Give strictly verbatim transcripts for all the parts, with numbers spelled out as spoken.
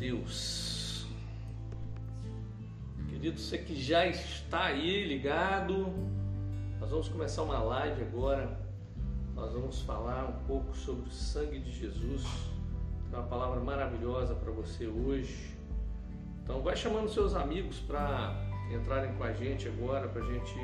Deus. Querido, você que já está aí ligado, nós vamos começar uma live agora. Nós vamos falar um pouco sobre o sangue de Jesus. Tem uma palavra maravilhosa para você hoje. Então vai chamando seus amigos para entrarem com a gente agora, para a gente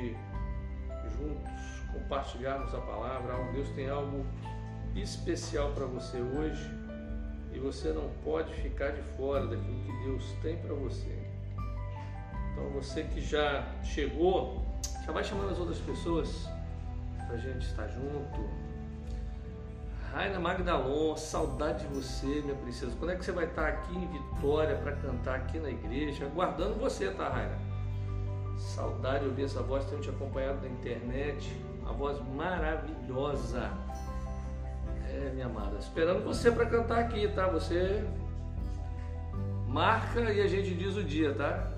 juntos compartilharmos a palavra. Deus tem algo especial para você hoje e você não pode ficar de fora daquilo que Deus tem para você. Então você que já chegou, já vai chamando as outras pessoas para a gente estar junto. Raina Magdalon, saudade de você, minha princesa. Quando é que você vai estar aqui em Vitória para cantar aqui na igreja? Aguardando você, tá, Raina? Saudade de ouvir essa voz, tenho te acompanhado na internet. Uma voz maravilhosa. É, minha amada. Esperando você para cantar aqui, tá? Você marca e a gente diz o dia, tá?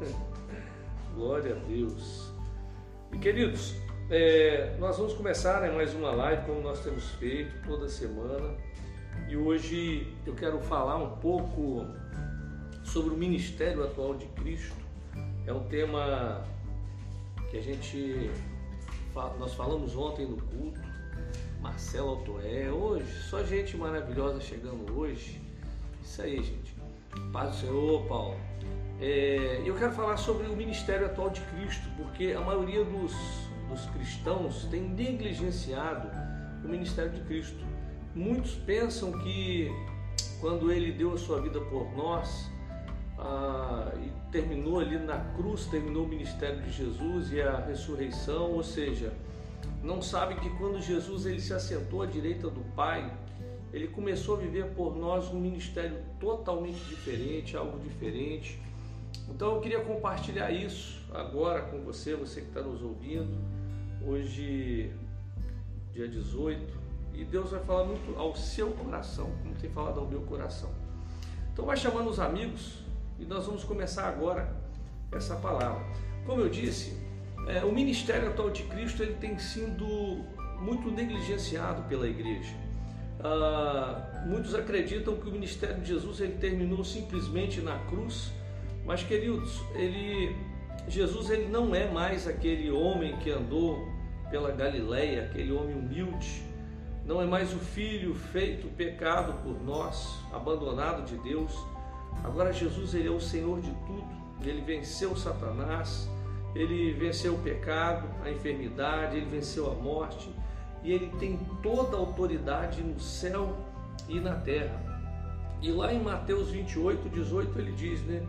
Glória a Deus. E queridos, É, nós vamos começar, né, mais uma live, como nós temos feito toda semana, e hoje eu quero falar um pouco sobre o ministério atual de Cristo. É um tema que a gente nós falamos ontem no culto. Marcelo Altoé, hoje só gente maravilhosa chegando hoje. Isso aí, gente. Paz do Senhor, Paulo. É, eu quero falar sobre o ministério atual de Cristo, porque a maioria dos dos cristãos tem negligenciado o ministério de Cristo. Muitos pensam que quando ele deu a sua vida por nós ah, e terminou ali na cruz, terminou o ministério de Jesus e a ressurreição, ou seja, não sabem que quando Jesus ele se assentou à direita do Pai, ele começou a viver por nós um ministério totalmente diferente, algo diferente. Então eu queria compartilhar isso agora com você, você que está nos ouvindo. Hoje, dia dezoito, e Deus vai falar muito ao seu coração, como tem falado ao meu coração. Então vai chamando os amigos e nós vamos começar agora essa palavra. Como eu disse, é, o ministério atual de Cristo ele tem sido muito negligenciado pela igreja. Ah, muitos acreditam que o ministério de Jesus ele terminou simplesmente na cruz, mas queridos, ele... Jesus ele não é mais aquele homem que andou pela Galileia, aquele homem humilde, não é mais o filho feito pecado por nós, abandonado de Deus. Agora Jesus ele é o Senhor de tudo, ele venceu Satanás, ele venceu o pecado, a enfermidade, ele venceu a morte e ele tem toda a autoridade no céu e na terra. E lá em Mateus vinte e oito, dezoito ele diz, né?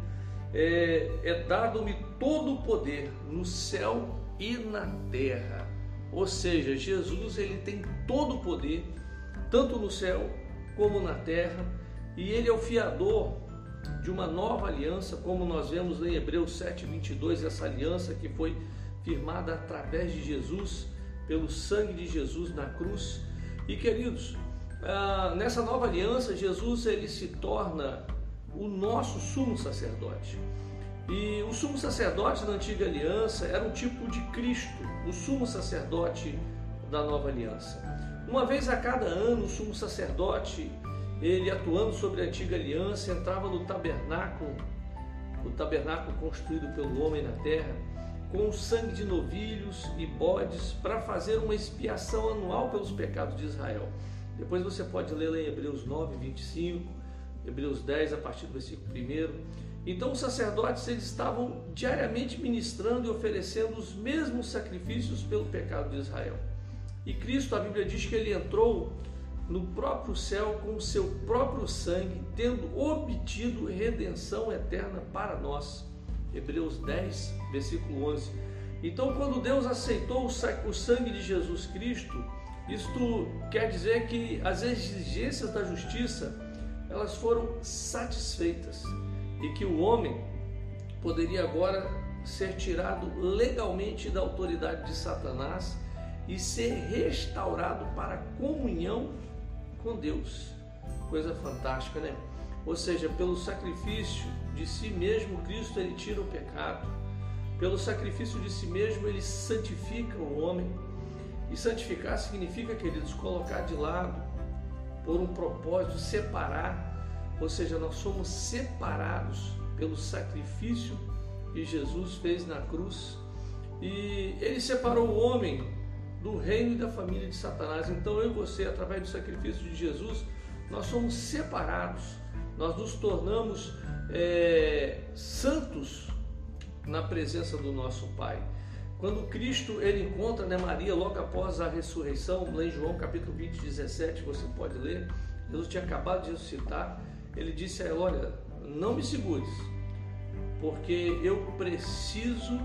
É, é dado-me todo o poder no céu e na terra. Ou seja, Jesus ele tem todo o poder, tanto no céu como na terra, e ele é o fiador de uma nova aliança, como nós vemos em Hebreus sete, vinte e dois, essa aliança que foi firmada através de Jesus, pelo sangue de Jesus na cruz. E queridos, ah, nessa nova aliança, Jesus ele se torna o nosso sumo sacerdote. E o sumo sacerdote da antiga aliança era um tipo de Cristo, o sumo sacerdote da nova aliança. Uma vez a cada ano, o sumo sacerdote, ele atuando sobre a antiga aliança, entrava no tabernáculo, o tabernáculo construído pelo homem na terra, com o sangue de novilhos e bodes, para fazer uma expiação anual pelos pecados de Israel. Depois você pode ler lá em Hebreus nove, vinte e cinco, Hebreus dez, a partir do versículo primeiro. Então os sacerdotes eles estavam diariamente ministrando e oferecendo os mesmos sacrifícios pelo pecado de Israel. E Cristo, a Bíblia diz que ele entrou no próprio céu com o seu próprio sangue, tendo obtido redenção eterna para nós. Hebreus dez, versículo onze. Então quando Deus aceitou o sangue de Jesus Cristo, isto quer dizer que as exigências da justiça elas foram satisfeitas e que o homem poderia agora ser tirado legalmente da autoridade de Satanás e ser restaurado para a comunhão com Deus. Coisa fantástica, né? Ou seja, pelo sacrifício de si mesmo, Cristo ele tira o pecado. Pelo sacrifício de si mesmo, ele santifica o homem. E santificar significa, queridos, colocar de lado por um propósito, separar ou seja, nós somos separados pelo sacrifício que Jesus fez na cruz, e ele separou o homem do reino e da família de Satanás. Então eu e você, através do sacrifício de Jesus, nós somos separados, nós nos tornamos é, santos na presença do nosso Pai. Quando Cristo ele encontra, né, Maria logo após a ressurreição, lá em João capítulo vinte, dezessete, você pode ler, Jesus tinha acabado de ressuscitar, ele disse a ela: olha, não me segures, porque eu preciso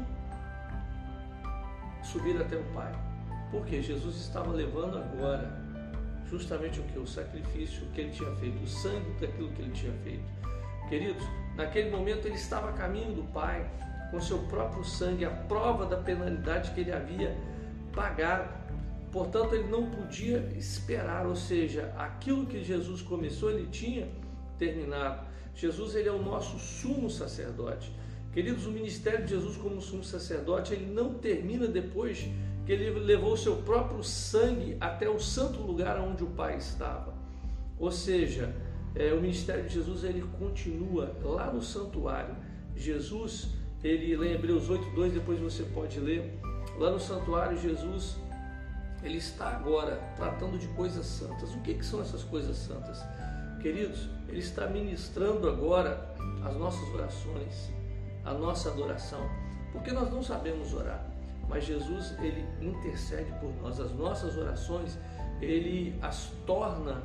subir até o Pai. Porque Jesus estava levando agora justamente o que? O sacrifício que ele tinha feito, o sangue daquilo que ele tinha feito. Queridos, naquele momento ele estava a caminho do Pai, com seu próprio sangue, a prova da penalidade que ele havia pagado. Portanto, ele não podia esperar, ou seja, aquilo que Jesus começou, ele tinha terminado. Jesus, ele é o nosso sumo sacerdote. Queridos, o ministério de Jesus como sumo sacerdote, ele não termina depois que ele levou o seu próprio sangue até o santo lugar onde o Pai estava. Ou seja, é, o ministério de Jesus, ele continua lá no santuário. Jesus, ele, lá em Hebreus oito, dois, depois você pode ler, lá no santuário, Jesus, ele está agora tratando de coisas santas. O que, que são essas coisas santas? Queridos, ele está ministrando agora as nossas orações, a nossa adoração, porque nós não sabemos orar, mas Jesus, ele intercede por nós. As nossas orações, ele as torna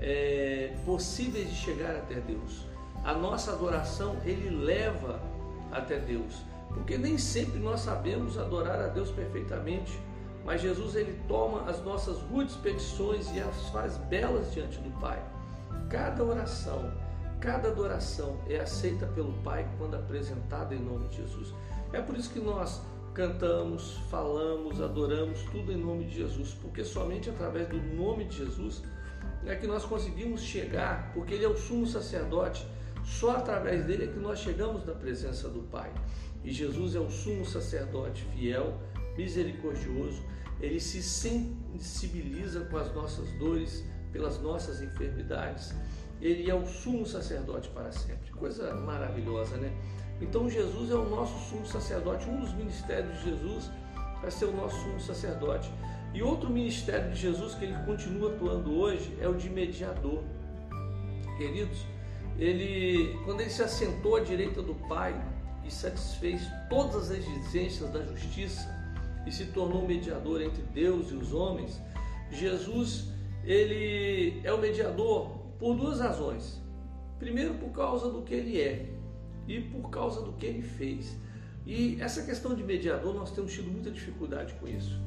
é, possíveis de chegar até Deus. A nossa adoração, ele leva até Deus, porque nem sempre nós sabemos adorar a Deus perfeitamente, mas Jesus, ele toma as nossas rudes petições e as faz belas diante do Pai. Cada oração, cada adoração é aceita pelo Pai quando apresentada em nome de Jesus. É por isso que nós cantamos, falamos, adoramos, tudo em nome de Jesus, porque somente através do nome de Jesus é que nós conseguimos chegar, porque ele é o sumo sacerdote, só através dele é que nós chegamos na presença do Pai. E Jesus é o sumo sacerdote fiel, misericordioso, ele se sensibiliza com as nossas dores, pelas nossas enfermidades. Ele é o sumo sacerdote para sempre. Coisa maravilhosa, né? Então Jesus é o nosso sumo sacerdote. Um dos ministérios de Jesus vai ser o nosso sumo sacerdote. E outro ministério de Jesus que ele continua atuando hoje é o de mediador. Queridos, ele, quando ele se assentou à direita do Pai e satisfez todas as exigências da justiça e se tornou mediador entre Deus e os homens, Jesus, ele é o mediador por duas razões. Primeiro, por causa do que ele é e por causa do que ele fez. E essa questão de mediador, nós temos tido muita dificuldade com isso.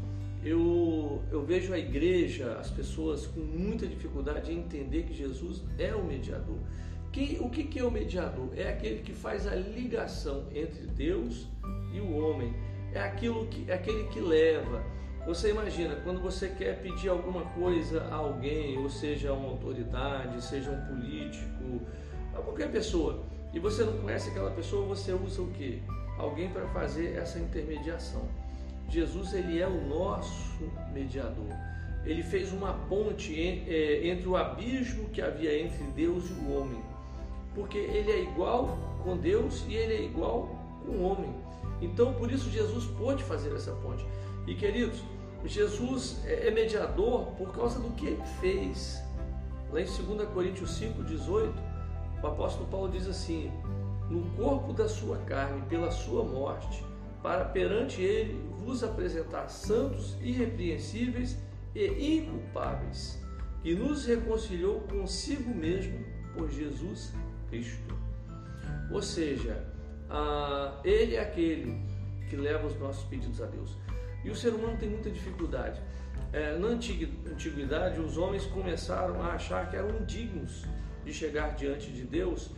Eu, eu vejo a igreja, as pessoas com muita dificuldade em entender que Jesus é o mediador. Que, o que, que é o mediador? É aquele que faz a ligação entre Deus e o homem. É, aquilo que, é aquele que leva. Você imagina, quando você quer pedir alguma coisa a alguém, ou seja, uma autoridade, seja um político, a qualquer pessoa, e você não conhece aquela pessoa, você usa o quê? Alguém para fazer essa intermediação. Jesus, ele é o nosso mediador. Ele fez uma ponte entre o abismo que havia entre Deus e o homem, porque ele é igual com Deus e ele é igual com o homem. Então, por isso Jesus pôde fazer essa ponte. E, queridos, Jesus é mediador por causa do que ele fez. Lá em dois Coríntios cinco, dezoito, o apóstolo Paulo diz assim: no corpo da sua carne, pela sua morte, para perante ele vos apresentar santos, irrepreensíveis e inculpáveis, que nos reconciliou consigo mesmo por Jesus Cristo. Ou seja, ah, ele é aquele que leva os nossos pedidos a Deus. E o ser humano tem muita dificuldade. É, na antiguidade, os homens começaram a achar que eram indignos de chegar diante de Deus.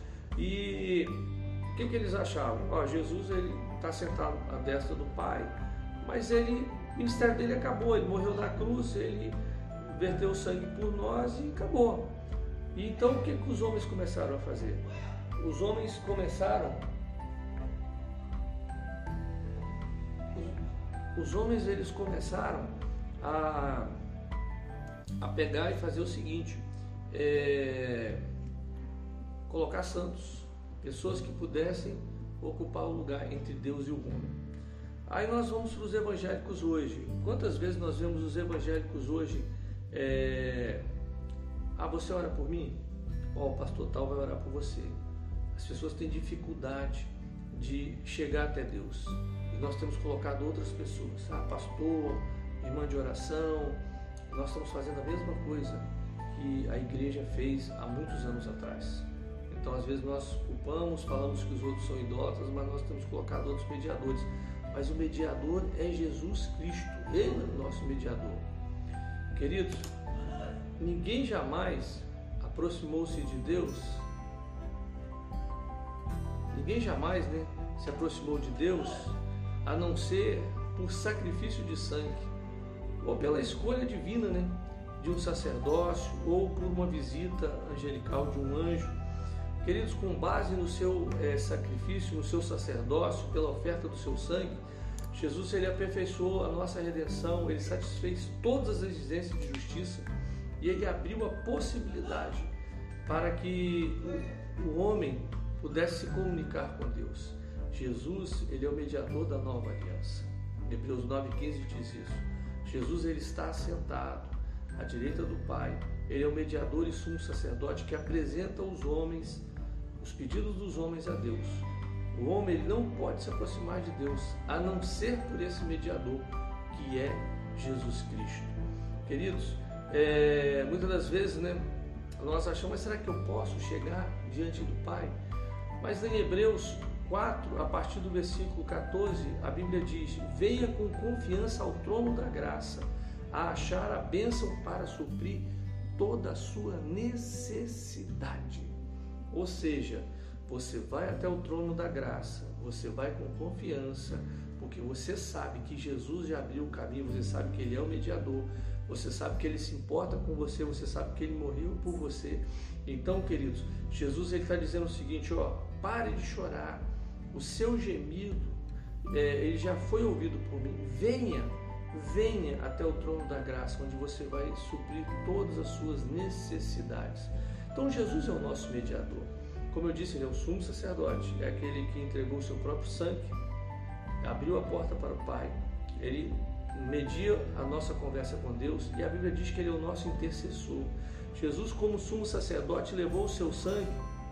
E o que, que eles achavam? Ó, Jesus está sentado à destra do Pai, mas ele, o ministério dele acabou, ele morreu na cruz, ele verteu o sangue por nós e acabou. E então o que, que os homens começaram a fazer? Os homens começaram Os homens eles começaram a, a pegar e fazer o seguinte, é, colocar santos, pessoas que pudessem ocupar o lugar entre Deus e o homem. Aí nós vamos para os evangélicos hoje. Quantas vezes nós vemos os evangélicos hoje, é... ah, você ora por mim? Ó, oh, o pastor tal vai orar por você. As pessoas têm dificuldade de chegar até Deus. E nós temos colocado outras pessoas, ah, pastor, irmã de oração. Nós estamos fazendo a mesma coisa que a igreja fez há muitos anos atrás. Então, às vezes nós culpamos, falamos que os outros são idólatras, mas nós temos colocado outros mediadores. Mas o mediador é Jesus Cristo, Ele é o nosso mediador. Queridos, ninguém jamais aproximou-se de Deus, ninguém jamais né, se aproximou de Deus, a não ser por sacrifício de sangue, ou pela escolha divina, né, de um sacerdócio, ou por uma visita angelical de um anjo. Queridos, com base no seu é, sacrifício, no seu sacerdócio, pela oferta do seu sangue, Jesus ele aperfeiçoou a nossa redenção, ele satisfez todas as exigências de justiça e ele abriu a possibilidade para que o, o homem pudesse se comunicar com Deus. Jesus ele é o mediador da nova aliança. Hebreus nove, quinze diz isso. Jesus ele está assentado à direita do Pai. Ele é o mediador e sumo sacerdote que apresenta os homens, os pedidos dos homens a Deus. O homem ele não pode se aproximar de Deus a não ser por esse mediador que é Jesus Cristo. Queridos, é, muitas das vezes né, nós achamos, mas será que eu posso chegar diante do Pai? Mas em Hebreus quatro, a partir do versículo catorze, a Bíblia diz: venha com confiança ao trono da graça, a achar a bênção para suprir toda a sua necessidade. Ou seja, você vai até o trono da graça, você vai com confiança, porque você sabe que Jesus já abriu o caminho, você sabe que Ele é o mediador, você sabe que Ele se importa com você, você sabe que Ele morreu por você. Então, queridos, Jesus está dizendo o seguinte, ó, pare de chorar, o seu gemido, é, ele já foi ouvido por mim, venha, venha até o trono da graça, onde você vai suprir todas as suas necessidades. Então, Jesus é o nosso mediador. Como eu disse, ele é o sumo sacerdote, é aquele que entregou o seu próprio sangue, abriu a porta para o Pai, ele media a nossa conversa com Deus e a Bíblia diz que ele é o nosso intercessor. Jesus, como sumo sacerdote, levou o seu sangue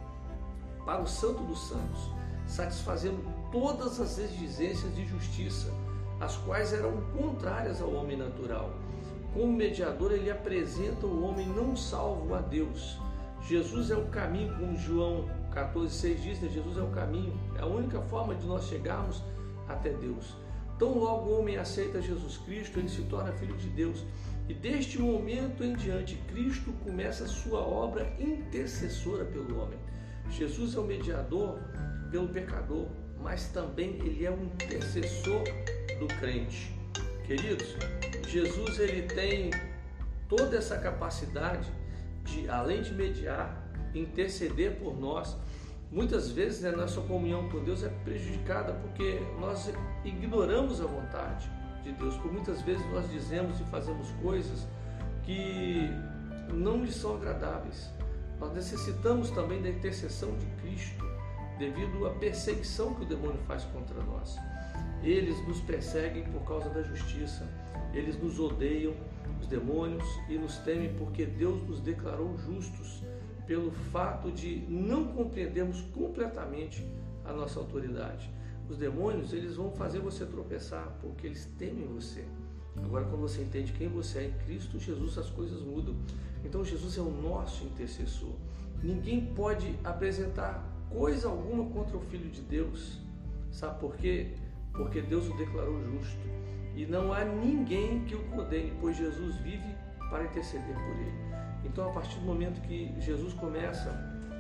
para o Santo dos Santos, satisfazendo todas as exigências de justiça, as quais eram contrárias ao homem natural. Como mediador, ele apresenta o homem não salvo a Deus. Jesus é o caminho, como João catorze, seis diz, né? Jesus é o caminho, é a única forma de nós chegarmos até Deus. Então, logo o homem aceita Jesus Cristo, ele se torna filho de Deus. E deste momento em diante, Cristo começa a sua obra intercessora pelo homem. Jesus é o mediador pelo pecador, mas também ele é o intercessor do crente. Queridos, Jesus ele tem toda essa capacidade de, além de mediar, interceder por nós. Muitas vezes, né, nossa comunhão com Deus é prejudicada porque nós ignoramos a vontade de Deus. Por muitas vezes nós dizemos e fazemos coisas que não lhe são agradáveis. Nós necessitamos também da intercessão de Cristo devido à perseguição que o demônio faz contra nós. Eles nos perseguem por causa da justiça, eles nos odeiam, os demônios, e nos temem porque Deus nos declarou justos pelo fato de não compreendermos completamente a nossa autoridade. Os demônios, eles vão fazer você tropeçar porque eles temem você. Agora, quando você entende quem você é em Cristo Jesus, as coisas mudam. Então, Jesus é o nosso intercessor. Ninguém pode apresentar coisa alguma contra o Filho de Deus. Sabe por quê? Porque Deus o declarou justo. E não há ninguém que o condene, pois Jesus vive para interceder por ele. Então, a partir do momento que Jesus começa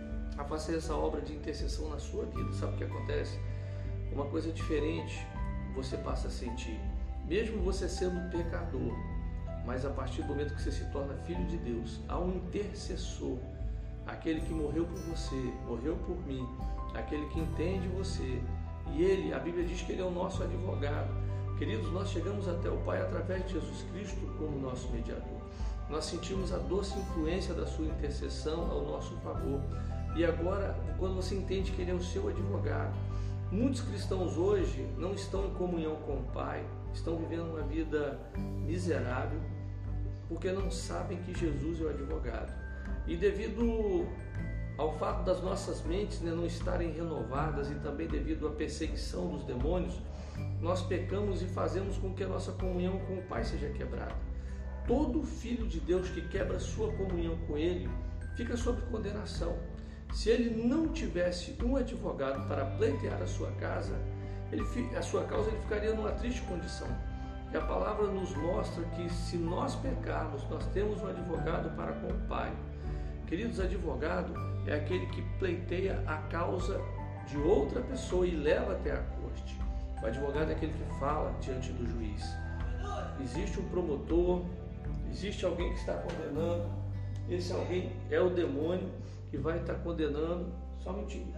a fazer essa obra de intercessão na sua vida, sabe o que acontece? Uma coisa diferente você passa a sentir. Mesmo você sendo um pecador, mas a partir do momento que você se torna filho de Deus, há um intercessor, aquele que morreu por você, morreu por mim, aquele que entende você. E ele, a Bíblia diz que ele é o nosso advogado. Queridos, nós chegamos até o Pai através de Jesus Cristo como nosso mediador. Nós sentimos a doce influência da sua intercessão ao nosso favor. e agora quando você entende que Ele é o seu advogado. Muitos cristãos hoje não estão em comunhão com o Pai, estão vivendo uma vida miserável, porque não sabem que Jesus é o advogado. E devido ao fato das nossas mentes, né, não estarem renovadas e também devido à perseguição dos demônios, nós pecamos e fazemos com que a nossa comunhão com o Pai seja quebrada. Todo filho de Deus que quebra sua comunhão com Ele fica sob condenação. Se ele não tivesse um advogado para pleitear a sua casa, ele, a sua causa, ele ficaria numa triste condição. E a palavra nos mostra que se nós pecarmos, nós temos um advogado para com o Pai. Queridos, advogado é aquele que pleiteia a causa de outra pessoa e leva até a corte. O advogado é aquele que fala diante do juiz. Existe um promotor, existe alguém que está condenando, esse alguém é o demônio que vai estar condenando. Só um minutinho.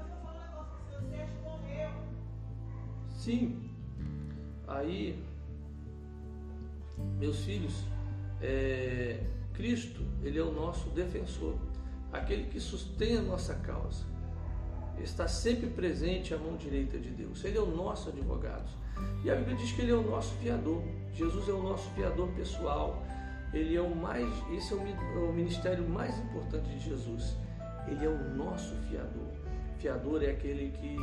Sim, aí, meus filhos, é, Cristo, Ele é o nosso defensor, aquele que sustém a nossa causa, está sempre presente à mão direita de Deus. Ele é o nosso advogado. E a Bíblia diz que Ele é o nosso fiador. Jesus é o nosso fiador pessoal. Ele é o mais, esse é o ministério mais importante de Jesus. Ele é o nosso fiador. Fiador é aquele que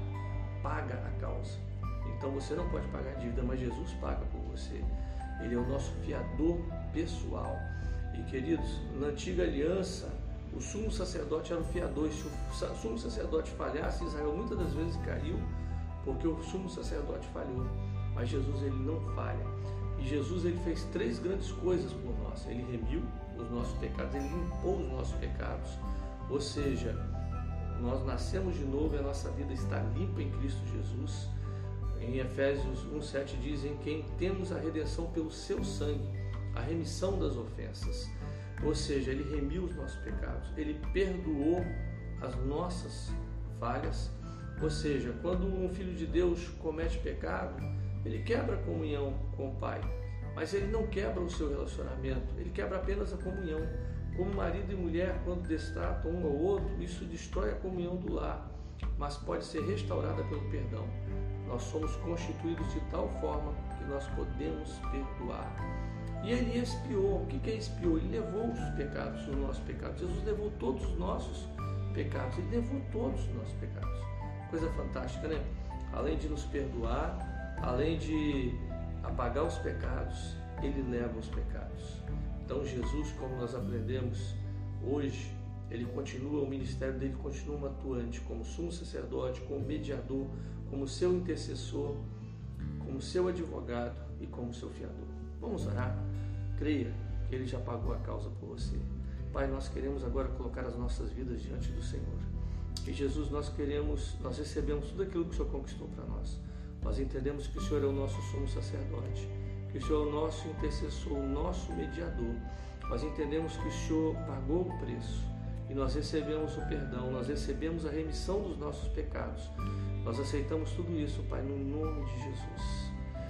paga a causa. Então você não pode pagar a dívida, mas Jesus paga por você. Ele é o nosso fiador pessoal. E queridos, na antiga aliança, o sumo sacerdote era o fiador. E se o sumo sacerdote falhasse, Israel muitas das vezes caiu, porque o sumo sacerdote falhou. Mas Jesus, ele não falha. E Jesus, ele fez três grandes coisas por nós. Ele remiu os nossos pecados, ele limpou os nossos pecados. Ou seja, nós nascemos de novo e a nossa vida está limpa em Cristo Jesus. Em Efésios um, sete diz: em quem temos a redenção pelo seu sangue, a remissão das ofensas. Ou seja, Ele remiu os nossos pecados, Ele perdoou as nossas falhas. Ou seja, quando um filho de Deus comete pecado, ele quebra a comunhão com o Pai, mas ele não quebra o seu relacionamento, ele quebra apenas a comunhão. Como marido e mulher, quando destratam um ao outro, isso destrói a comunhão do lar, mas pode ser restaurada pelo perdão. Nós somos constituídos de tal forma que nós podemos perdoar. E Ele expiou. O que é expiou? Ele levou os pecados, os nossos pecados. Jesus levou todos os nossos pecados. Ele levou todos os nossos pecados. Coisa fantástica, né? Além de nos perdoar, além de apagar os pecados, Ele leva os pecados. Então Jesus, como nós aprendemos hoje, Ele continua, o ministério dele continua atuante como sumo sacerdote, como mediador, como seu intercessor, como seu advogado e como seu fiador. Vamos orar? Creia que Ele já pagou a causa por você. Pai, nós queremos agora colocar as nossas vidas diante do Senhor. E Jesus, nós queremos, nós recebemos tudo aquilo que o Senhor conquistou para nós. Nós entendemos que o Senhor é o nosso sumo sacerdote, que o Senhor é o nosso intercessor, o nosso mediador. Nós entendemos que o Senhor pagou o preço e nós recebemos o perdão, nós recebemos a remissão dos nossos pecados. Nós aceitamos tudo isso, Pai, no nome de Jesus.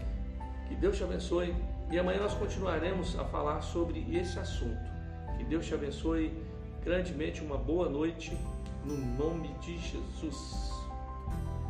Que Deus te abençoe e amanhã nós continuaremos a falar sobre esse assunto. Que Deus te abençoe grandemente, uma boa noite, no nome de Jesus.